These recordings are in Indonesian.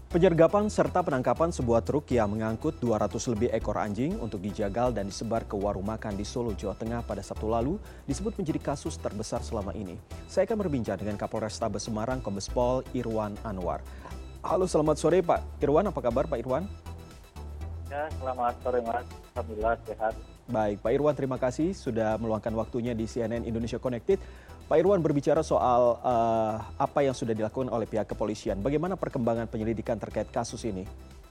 Penyergapan serta penangkapan sebuah truk yang mengangkut 200 lebih ekor anjing untuk dijagal dan disebar ke warung makan di Solo, Jawa Tengah pada Sabtu lalu disebut menjadi kasus terbesar selama ini. Saya akan berbincang dengan Kapolrestabes Semarang, Kombes Pol Irwan Anwar. Halo, selamat sore Pak Irwan, apa kabar Pak Irwan? Ya, selamat sore Mas. Alhamdulillah sehat. Baik, Pak Irwan, terima kasih sudah meluangkan waktunya di CNN Indonesia Connected. Pak Irwan berbicara soal apa yang sudah dilakukan oleh pihak kepolisian. Bagaimana perkembangan penyelidikan terkait kasus ini?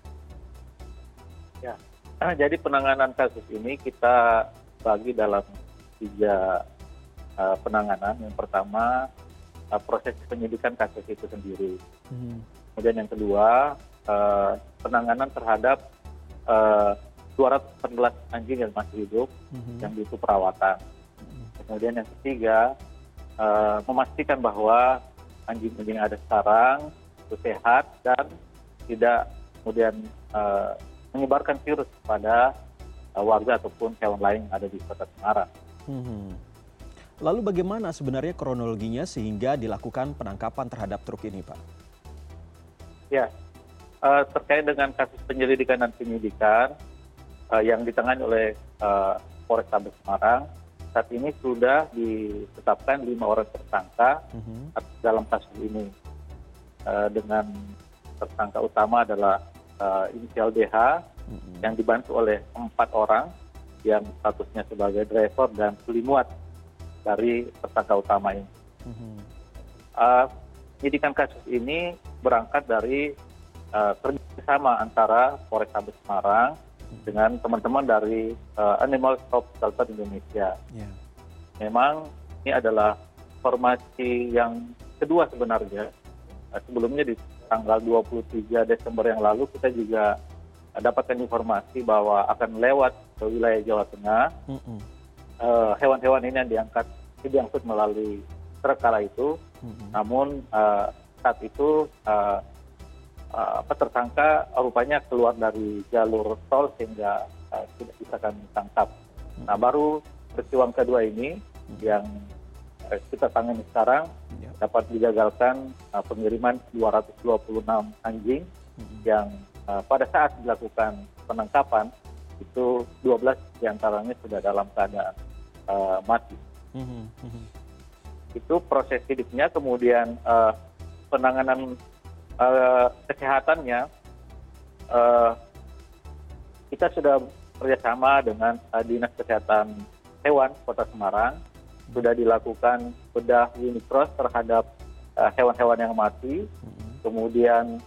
Ya, jadi penanganan kasus ini kita bagi dalam 3 penanganan. Yang pertama, proses penyidikan kasus itu sendiri. Kemudian yang kedua, penanganan terhadap 214 anjing yang masih hidup, yang butuh perawatan. Kemudian yang ketiga, memastikan bahwa anjing-anjing yang ada sekarang itu sehat dan tidak kemudian menyebarkan virus kepada warga ataupun hewan lain yang ada di Kota Semarang. Lalu bagaimana sebenarnya kronologinya sehingga dilakukan penangkapan terhadap truk ini, Pak? Ya, terkait dengan kasus penyelidikan dan penyidikan yang ditangani oleh Polrestabes Semarang, saat ini sudah ditetapkan 5 orang tersangka dalam kasus ini. Dengan tersangka utama adalah inisial DH yang dibantu oleh 4 orang yang statusnya sebagai driver dan pelimuat dari tersangka utama ini. Penyidikan kasus ini berangkat dari kerjasama antara Polrestabes Semarang dengan teman-teman dari Animal Stop Shelter Indonesia. Memang ini adalah informasi yang kedua sebenarnya. Sebelumnya di tanggal 23 Desember yang lalu kita juga dapatkan informasi bahwa akan lewat ke wilayah Jawa Tengah. Hewan-hewan ini yang diangkut melalui truk kala itu. Namun saat itu tersangka rupanya keluar dari jalur tol sehingga tidak bisa kami tangkap. Nah, baru peristiwa kedua ini yang kita tangani sekarang dapat digagalkan pengiriman 226 anjing yang pada saat dilakukan penangkapan itu 12 diantaranya sudah dalam keadaan mati. Itu proses hidupnya, kemudian penanganan kesehatannya kita sudah bekerjasama dengan Dinas Kesehatan Hewan Kota Semarang, sudah dilakukan bedah unicross terhadap hewan-hewan yang mati, kemudian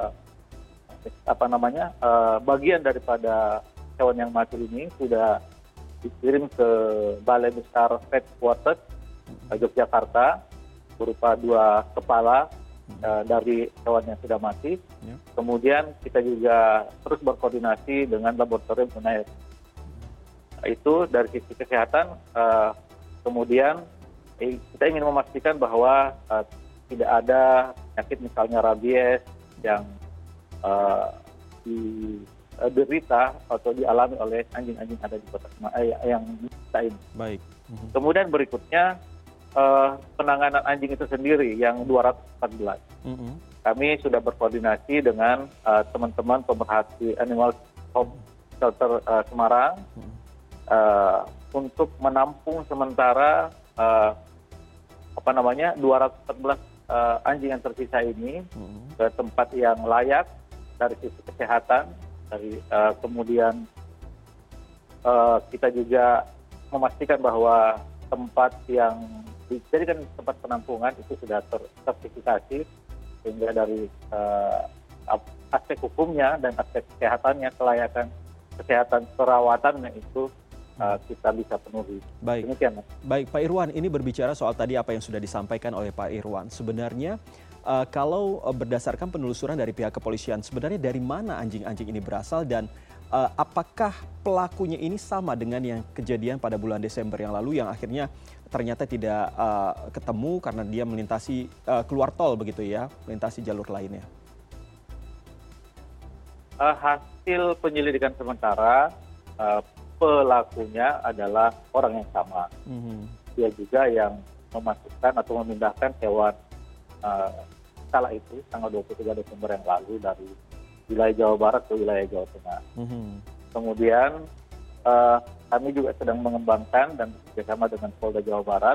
bagian daripada hewan yang mati ini sudah dikirim ke Balai Besar Pet Quarters Yogyakarta berupa 2 kepala dari hewan yang sudah mati. Kemudian kita juga terus berkoordinasi dengan laboratorium UNAIR. Itu dari sisi kesehatan. Kemudian kita ingin memastikan bahwa tidak ada penyakit misalnya rabies yang diderita atau dialami oleh anjing-anjing ada di Kota Semarang yang kita ini. Baik. Kemudian berikutnya penanganan anjing itu sendiri yang 214. Kami sudah berkoordinasi dengan teman-teman pemerhati Animal Shelter Semarang untuk menampung sementara 214 anjing yang tersisa ini ke tempat yang layak dari sisi kesehatan. Kemudian kita juga memastikan bahwa tempat yang dijadikan tempat penampungan itu sudah tersertifikasi, sehingga dari aspek hukumnya dan aspek kesehatannya, kelayakan kesehatan perawatannya itu kita bisa penuhi. Baik. Demikian, Mas. Baik, Pak Irwan, ini berbicara soal tadi apa yang sudah disampaikan oleh Pak Irwan. Sebenarnya kalau berdasarkan penelusuran dari pihak kepolisian, sebenarnya dari mana anjing-anjing ini berasal dan apakah pelakunya ini sama dengan yang kejadian pada bulan Desember yang lalu yang akhirnya ternyata tidak ketemu karena dia melintasi keluar tol begitu ya, melintasi jalur lainnya? Hasil penyelidikan sementara pelakunya adalah orang yang sama. Dia juga yang memasukkan atau memindahkan hewan kala itu tanggal 23 Desember yang lalu dari wilayah Jawa Barat ke wilayah Jawa Tengah. Kemudian kami juga sedang mengembangkan dan bekerjasama dengan Polda Jawa Barat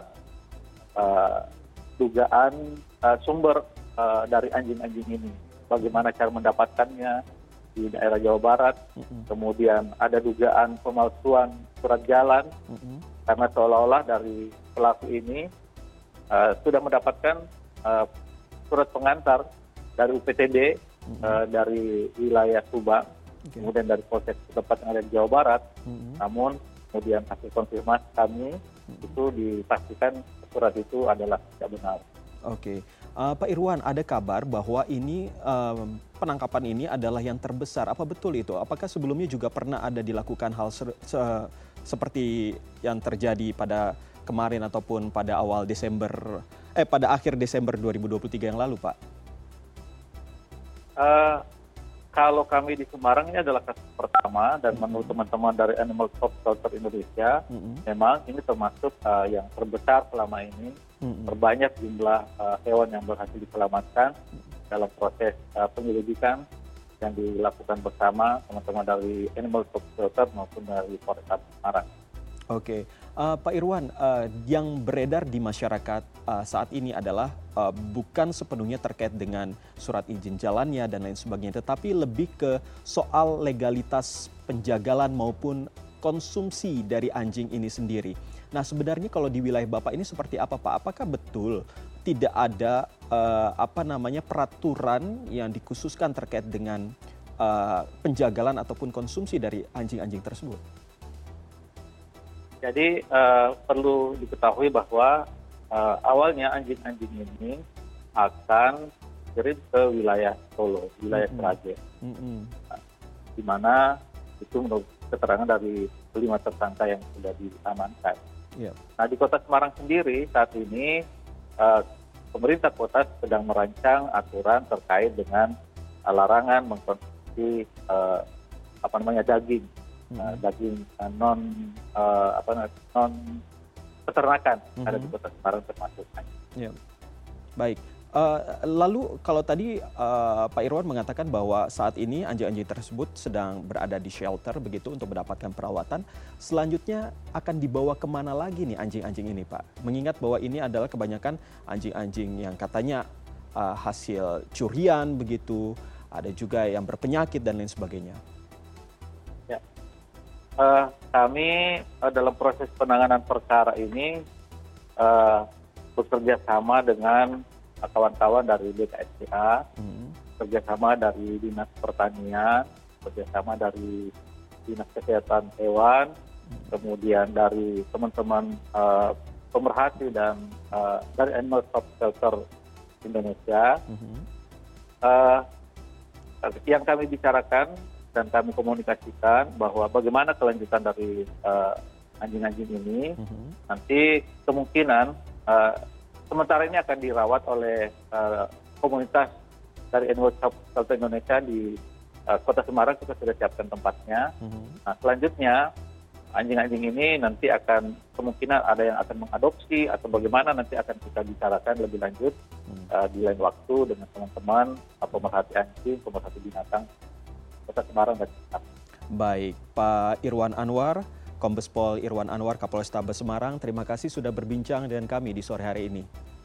dugaan sumber dari anjing-anjing ini, bagaimana cara mendapatkannya di daerah Jawa Barat. Kemudian ada dugaan pemalsuan surat jalan karena seolah-olah dari pelaku ini sudah mendapatkan surat pengantar dari UPTD dari wilayah Subang, kemudian dari Polsek tempat yang ada di Jawa Barat. Namun kemudian hasil konfirmasi kami itu dipastikan surat itu adalah tidak benar. Oke, Pak Irwan, ada kabar bahwa ini penangkapan ini adalah yang terbesar. Apa betul itu? Apakah sebelumnya juga pernah ada dilakukan hal seperti yang terjadi pada kemarin ataupun pada pada akhir Desember 2023 yang lalu, Pak? Kalau kami di Semarang ini adalah kasus pertama, dan menurut teman-teman dari Animal Stop Shelter Indonesia, memang ini termasuk yang terbesar selama ini, terbanyak jumlah hewan yang berhasil diselamatkan dalam proses penyelidikan yang dilakukan bersama teman-teman dari Animal Stop Shelter maupun dari Polres Semarang. Oke, Pak Irwan, yang beredar di masyarakat saat ini adalah bukan sepenuhnya terkait dengan surat izin jalannya dan lain sebagainya, tetapi lebih ke soal legalitas penjagalan maupun konsumsi dari anjing ini sendiri. Nah, sebenarnya kalau di wilayah Bapak ini seperti apa, Pak? Apakah betul tidak ada peraturan yang dikhususkan terkait dengan penjagalan ataupun konsumsi dari anjing-anjing tersebut? Jadi perlu diketahui bahwa awalnya anjing-anjing ini akan kirim ke wilayah Solo, wilayah Sragen, di mana itu menurut keterangan dari 5 tersangka yang sudah diamankan. Nah, di Kota Semarang sendiri saat ini pemerintah kota sedang merancang aturan terkait dengan larangan mengkonsumsi daging. Daging non peternakan ada di Kota Semarang termasuk. Baik. Lalu kalau tadi Pak Irwan mengatakan bahwa saat ini anjing-anjing tersebut sedang berada di shelter begitu untuk mendapatkan perawatan. Selanjutnya akan dibawa kemana lagi nih anjing-anjing ini, Pak? Mengingat bahwa ini adalah kebanyakan anjing-anjing yang katanya hasil curian begitu, ada juga yang berpenyakit dan lain sebagainya. Kami dalam proses penanganan perkara ini bekerja sama dengan kawan-kawan dari BKSDA, kerjasama dari Dinas Pertanian, kerjasama dari Dinas Kesehatan Hewan, kemudian dari teman-teman pemerhati dan dari Animal Stop Shelter Indonesia. Yang kami bicarakan dan kami komunikasikan bahwa bagaimana kelanjutan dari anjing-anjing ini. Nanti kemungkinan sementara ini akan dirawat oleh komunitas dari Animal Stop Shelter Indonesia di Kota Semarang. Kita sudah siapkan tempatnya. Nah, selanjutnya anjing-anjing ini nanti akan kemungkinan ada yang akan mengadopsi atau bagaimana nanti akan kita bicarakan lebih lanjut di lain waktu dengan teman-teman pemerhati anjing, pemerhati binatang Kota Semarang dan Semarang. Baik, Pak Irwan Anwar, Kombes Pol Irwan Anwar, Kapolrestabes Semarang, terima kasih sudah berbincang dengan kami di sore hari ini.